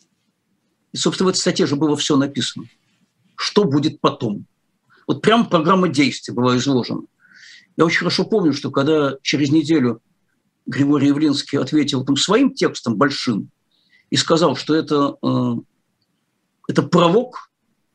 И, собственно, в этой статье же было все написано. Что будет потом? Вот прям программа действий была изложена. Я очень хорошо помню, что когда через неделю Григорий Явлинский ответил там своим текстом большим и сказал, что это, э, это пролог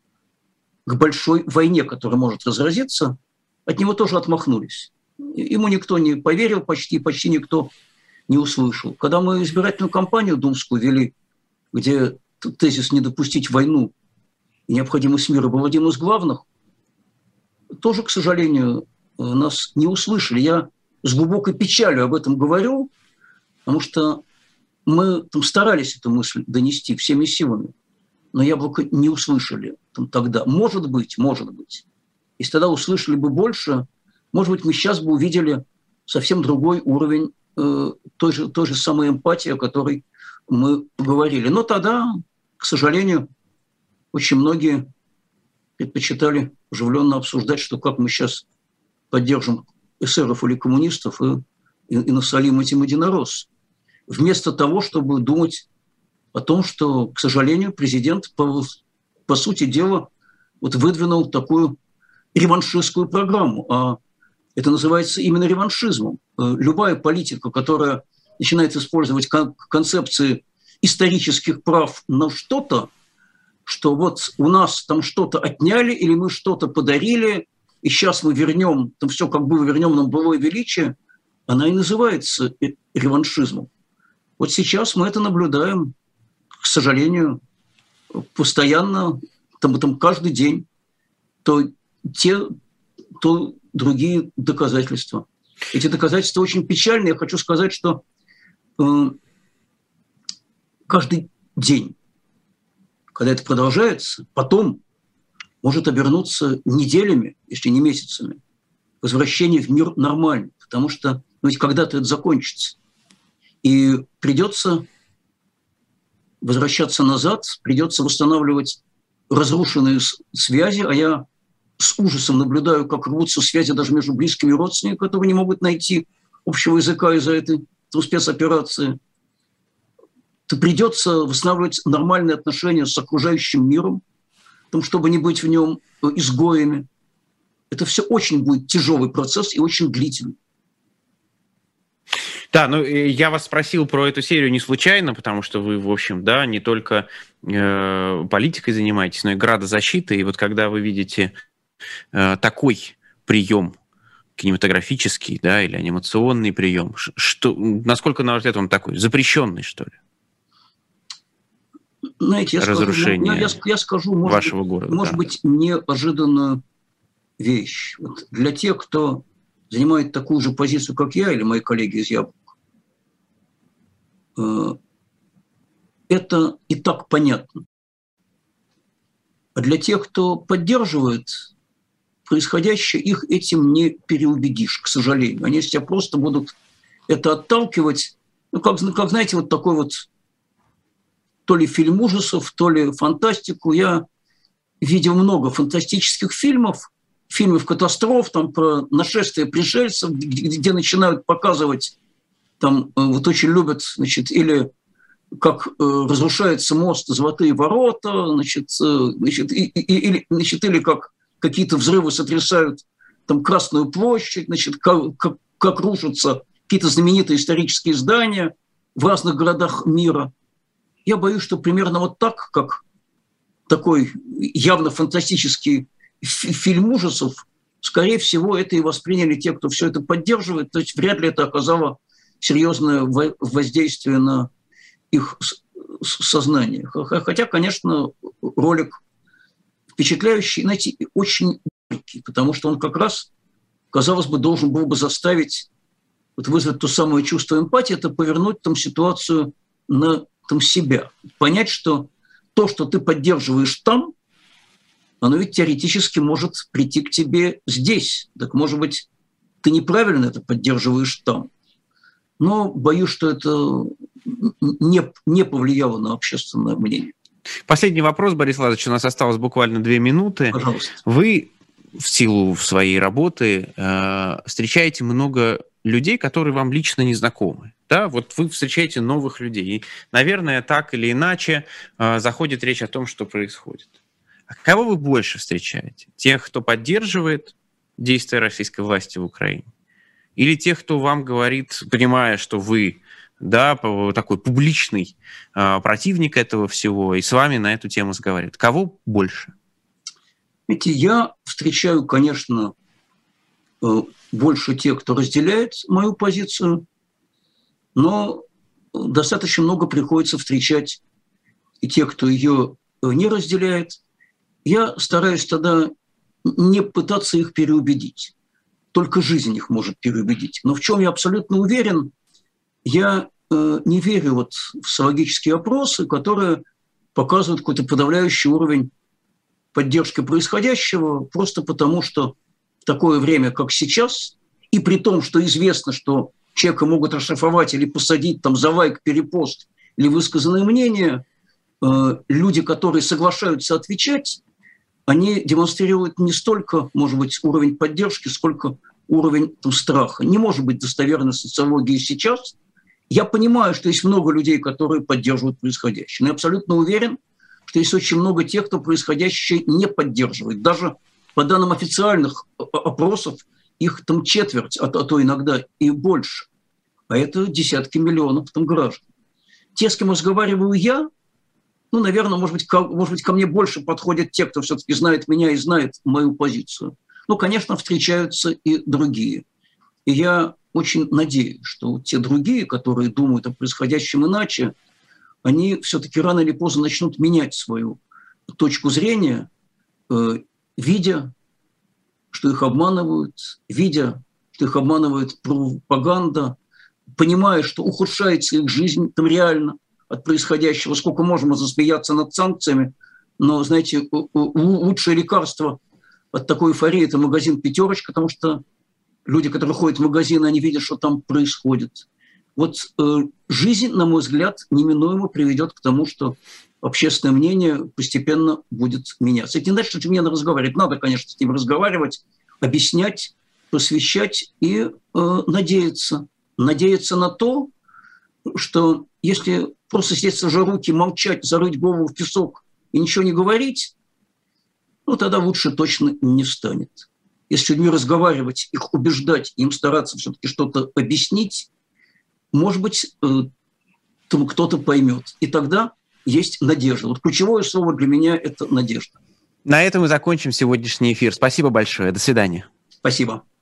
к большой войне, которая может разразиться, от него тоже отмахнулись. Ему никто не поверил почти, почти никто не услышал. Когда мы избирательную кампанию думскую вели, где тезис «не допустить войну» и необходимость мира был один из главных, тоже, к сожалению, нас не услышали. Я с глубокой печалью об этом говорю, потому что мы там старались эту мысль донести всеми силами, но яблоко не услышали там тогда. Может быть, может быть. Если тогда услышали бы больше, может быть, мы сейчас бы увидели совсем другой уровень э, той, же, той же самой эмпатии, о которой мы поговорили. Но тогда, к сожалению, очень многие предпочитали оживленно обсуждать, что как мы сейчас поддержим эсеров или коммунистов и, и, и насолим этим единороссам. Вместо того, чтобы думать о том, что, к сожалению, президент, по, по сути дела, вот выдвинул такую реваншистскую программу. А это называется именно реваншизмом. Любая политика, которая начинает использовать концепции исторических прав на что-то, что вот у нас там что-то отняли или мы что-то подарили, и сейчас мы вернем, там все как бы вернем нам былое величие, она и называется реваншизмом. Вот сейчас мы это наблюдаем, к сожалению, постоянно, там, там каждый день, то те, то другие доказательства. Эти доказательства очень печальные. Я хочу сказать, что э, каждый день, когда это продолжается, потом может обернуться неделями, если не месяцами, возвращение в мир нормальный, потому что ну, ведь когда-то это закончится. И придется возвращаться назад, придется восстанавливать разрушенные связи, а я с ужасом наблюдаю, как рвутся связи даже между близкими родственниками, которые не могут найти общего языка из-за этой спецоперации. То придется восстанавливать нормальные отношения с окружающим миром, чтобы не быть в нем изгоями. Это все очень будет тяжелый процесс и очень длительный. Да, ну я вас спросил про эту серию не случайно, потому что вы, в общем, да, не только э, политикой занимаетесь, но и градозащитой. И вот когда вы видите э, такой прием кинематографический, да, или анимационный прием, что, насколько, на ваш взгляд, он такой запрещенный, что ли? Знаете, я разрушение скажу, я, я скажу, может вашего быть, города. Может да. быть, неожиданную вещь. Вот для тех, кто занимает такую же позицию, как я или мои коллеги из Яблока, это и так понятно. А для тех, кто поддерживает происходящее, их этим не переубедишь, к сожалению. Они себя просто будут это отталкивать. Ну, как, как знаете, вот такой вот то ли фильм ужасов, то ли фантастику. Я видел много фантастических фильмов, фильмов катастроф, там про нашествие пришельцев, где, где начинают показывать, там вот очень любят, значит, или как э, разрушается мост «Золотые ворота», значит, э, значит, и, и, или, значит, или как какие-то взрывы сотрясают там Красную площадь, значит, как, как, как рушатся какие-то знаменитые исторические здания в разных городах мира. Я боюсь, что примерно вот так, как такой явно фантастический фильм ужасов, скорее всего, это и восприняли те, кто все это поддерживает. То есть вряд ли это оказало серьезное воздействие на их сознание. Хотя, конечно, ролик впечатляющий, знаете, очень горький, потому что он как раз, казалось бы, должен был бы заставить, вот вызвать то самое чувство эмпатии, это повернуть там ситуацию на там, себя. Понять, что то, что ты поддерживаешь там, оно ведь теоретически может прийти к тебе здесь. Так, может быть, ты неправильно это поддерживаешь там. Но боюсь, что это не, не повлияло на общественное мнение. Последний вопрос, Борис Владимирович, у нас осталось буквально две минуты. Пожалуйста. Вы в силу своей работы э, встречаете много людей, которые вам лично не знакомы. Да? Вот вы встречаете новых людей. И, наверное, так или иначе э, заходит речь о том, что происходит. А кого вы больше встречаете? Тех, кто поддерживает действия российской власти в Украине? Или тех, кто вам говорит, понимая, что вы да, такой публичный э, противник этого всего, и с вами на эту тему разговаривает? Кого больше? Видите, я встречаю, конечно, больше тех, кто разделяет мою позицию, но достаточно много приходится встречать и тех, кто ее не разделяет. Я стараюсь тогда не пытаться их переубедить. Только жизнь их может переубедить. Но в чем я абсолютно уверен, я э, не верю вот в социологические опросы, которые показывают какой-то подавляющий уровень поддержки происходящего, просто потому что в такое время, как сейчас, и при том, что известно, что человека могут оштрафовать или посадить там, за лайк, перепост или высказанное мнение, э, люди, которые соглашаются отвечать, они демонстрируют не столько, может быть, уровень поддержки, сколько уровень там, страха. Не может быть достоверной социологии сейчас. Я понимаю, что есть много людей, которые поддерживают происходящее. Но я абсолютно уверен, что есть очень много тех, кто происходящее не поддерживает. Даже по данным официальных опросов, их там четверть, а то иногда и больше. А это десятки миллионов там граждан. Те, с кем разговариваю я, ну, наверное, может быть, ко, может быть, ко мне больше подходят те, кто все-таки знает меня и знает мою позицию. Ну, конечно, встречаются и другие. И я очень надеюсь, что те другие, которые думают о происходящем иначе, они все-таки рано или поздно начнут менять свою точку зрения, э, видя, что их обманывают, видя, что их обманывает пропаганда, понимая, что ухудшается их жизнь там реально от происходящего. Сколько можно засмеяться над санкциями, но, знаете, лучшее лекарство от такой эйфории – это магазин «Пятерочка», потому что люди, которые ходят в магазин, они видят, что там происходит. Вот э, жизнь, на мой взгляд, неминуемо приведет к тому, что общественное мнение постепенно будет меняться. Это не значит, что мне надо разговаривать. Надо, конечно, с ним разговаривать, объяснять, просвещать и э, надеяться. Надеяться на то, что если просто сидеть сложа руки, молчать, зарыть голову в песок и ничего не говорить, ну тогда лучше точно не станет. Если с людьми разговаривать, их убеждать, им стараться все-таки что-то объяснить, может быть, кто-то поймет. И тогда есть надежда. Вот ключевое слово для меня – это надежда. На этом мы закончим сегодняшний эфир. Спасибо большое. До свидания. Спасибо.